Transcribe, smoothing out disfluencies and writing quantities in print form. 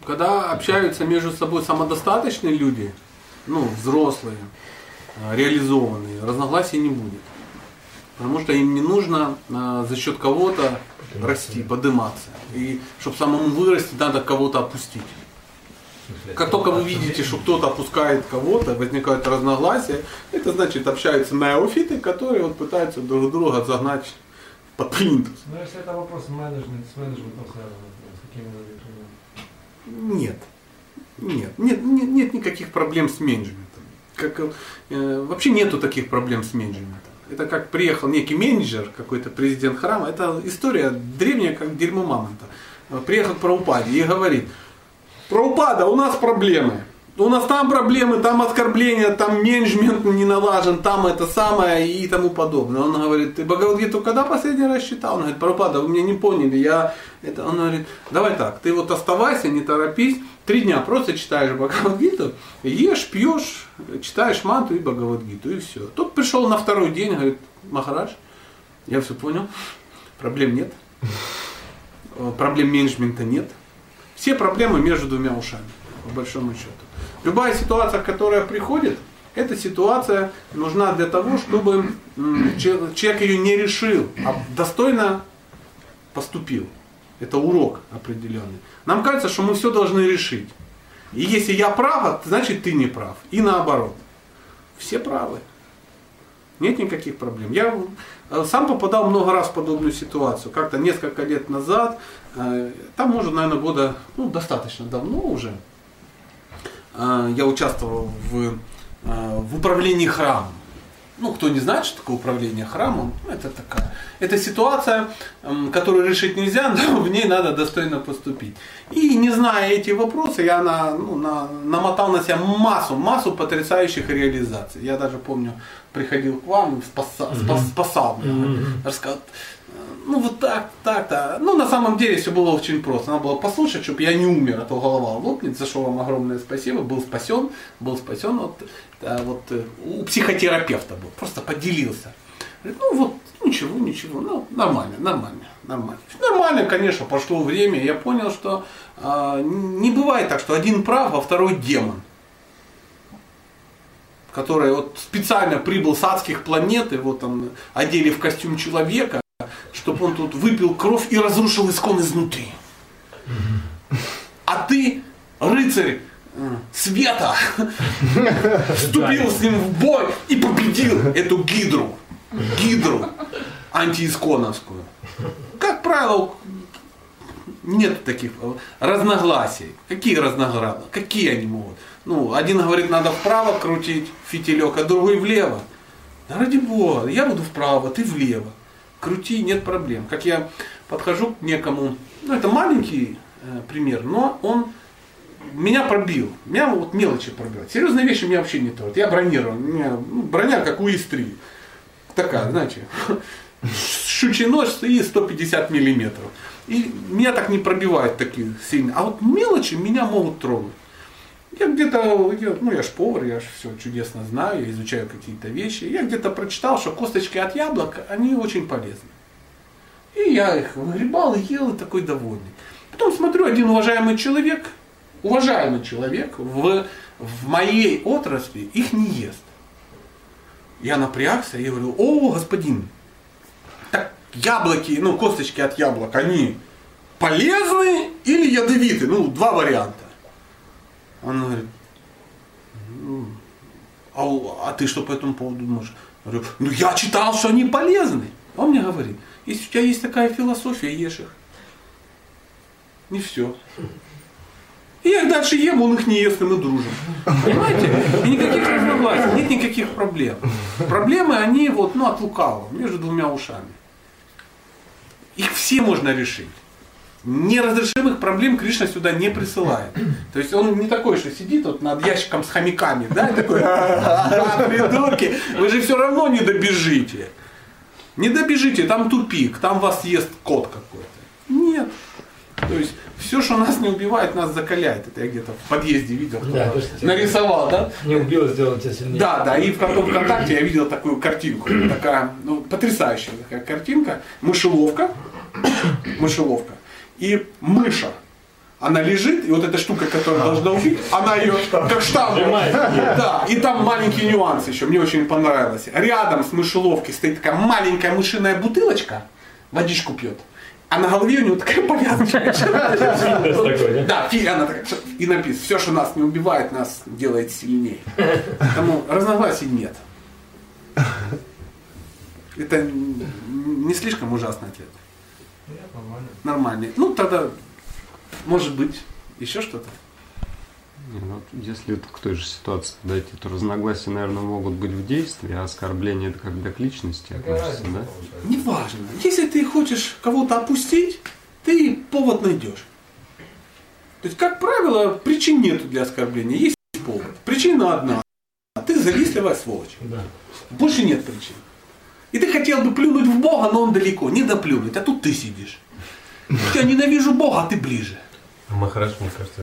Когда общаются между собой самодостаточные люди, ну, взрослые, реализованные, разногласий не будет. Потому что им не нужно за счет кого-то расти, подниматься. И чтобы самому вырасти, надо кого-то опустить. Как только вы видите, что кто-то опускает кого-то, возникают разногласия, это значит общаются неофиты, которые вот пытаются друг друга загнать под плинтус. Но если это вопрос менеджмента, с менеджментом связано, с какими Нет. Нет никаких проблем с менеджментом. Вообще нету таких проблем с менеджментом. Это как приехал некий менеджер, какой-то президент храма. Это история древняя, как дерьмо мамонта. Приехал к Прабхупаде и говорит: Прабхупада, у нас проблемы. У нас там проблемы, там оскорбления, там менеджмент не налажен, там это самое и тому подобное. Он говорит: ты Бхагавад-гиту когда последний раз читал? Он говорит: Прабхупада, вы меня не поняли. Он говорит: давай так, ты вот оставайся, не торопись, 3 дня просто читаешь Бхагавад-гиту, ешь, пьешь, читаешь манту и Бхагавад-гиту, и все. Тот пришел на 2-й день, говорит: Махарадж, я все понял, проблем нет, проблем менеджмента нет. Все проблемы между 2 ушами, по большому счету. Любая ситуация, которая приходит, эта ситуация нужна для того, чтобы человек ее не решил, а достойно поступил. Это урок определенный. Нам кажется, что мы все должны решить. И если я прав, значит ты не прав. И наоборот. Все правы. Нет никаких проблем. Я сам попадал много раз в подобную ситуацию. Как-то несколько лет назад, там, может, наверное, года, достаточно давно уже, я участвовал в управлении храмом. Кто не знает, что такое управление храмом, это ситуация, которую решить нельзя, но в ней надо достойно поступить. И не зная эти вопросы, я намотал на себя массу потрясающих реализаций. Я даже помню, приходил к вам и спасал меня. Рассказал, вот так. На самом деле все было очень просто. Надо было послушать, чтобы я не умер, а то голова лопнет. За что вам огромное спасибо. Был спасен у психотерапевта был. Просто поделился. Говорит, ничего, нормально. Нормально, конечно, прошло время. Я понял, что не бывает так, что один прав, а второй демон. Который специально прибыл с адских планет, и одели в костюм человека, чтобы он тут выпил кровь и разрушил искон изнутри. А ты, рыцарь света, вступил с ним в бой и победил эту гидру антиисконовскую. Как правило, нет таких разногласий. Какие разногласия? Какие они могут? Один говорит, надо вправо крутить фитилек, а другой влево. Да ради Бога, я буду вправо, ты влево. Крути, нет проблем. Как я подхожу к некому, это маленький пример, но он меня пробил. Меня мелочи пробивают. Серьезные вещи меня вообще не трогают. Я бронирован. У меня броня как у ИС-3. Такая, знаете, щучий нож и 150 миллиметров. И меня так не пробивают такие сильно. А мелочи меня могут трогать. Я где-то, я ж повар, я ж все чудесно знаю, я изучаю какие-то вещи. Я где-то прочитал, что косточки от яблок, они очень полезны. И я их выгребал и ел, и такой довольный. Потом смотрю, один уважаемый человек в моей отрасли их не ест. Я напрягся и говорю, господин, так яблоки, косточки от яблок, они полезны или ядовиты? 2 варианта. Он говорит, а ты что по этому поводу думаешь? Я говорю, я читал, что они полезны. Он мне говорит, если у тебя есть такая философия, ешь их. Не все. И я их дальше ем, он их не ест, и мы дружим. Понимаете? И никаких разногласий, нет никаких проблем. Проблемы, они от лукавого, между 2 ушами. Их все можно решить. Неразрешимых проблем Кришна сюда не присылает. То есть он не такой, что сидит над ящиком с хомяками, да, и такой, придурки, вы же все равно не добежите. Не добежите, там тупик, там вас ест кот какой-то. Нет. То есть все, что нас не убивает, нас закаляет. Это я где-то в подъезде видел, кто нарисовал, да? Не убило, сделало тебя сильнее. Да, и в ВКонтакте я видел такую картинку. Такая, потрясающая такая картинка. Мышеловка. И мыша. Она лежит, и вот эта штука, которая должна убить, она ее как штангу. Да, и там маленький нюанс еще, мне очень понравилось. Рядом с мышеловкой стоит такая маленькая мышиная бутылочка, водичку пьет. А на голове у него такая повязочка. Да, она такая. И написано, все, что нас не убивает, нас делает сильнее. Поэтому разногласий нет. Это не слишком ужасный ответ. Нет, нормально. Нормальный. Ну тогда, может быть, еще что-то. Ну, если это к той же ситуации подойти, то разногласия, наверное, могут быть в действии, а оскорбление это когда к личности относится, да? Неважно. Если ты хочешь кого-то опустить, ты повод найдешь. То есть, как правило, причин нету для оскорбления, есть повод. Причина одна. Ты завистливая сволочь. Да. Больше нет причин. И ты хотел бы плюнуть в Бога, но он далеко. Не доплюнуть, а тут ты сидишь. Я ненавижу Бога, а ты ближе. Махарадж, мне кажется,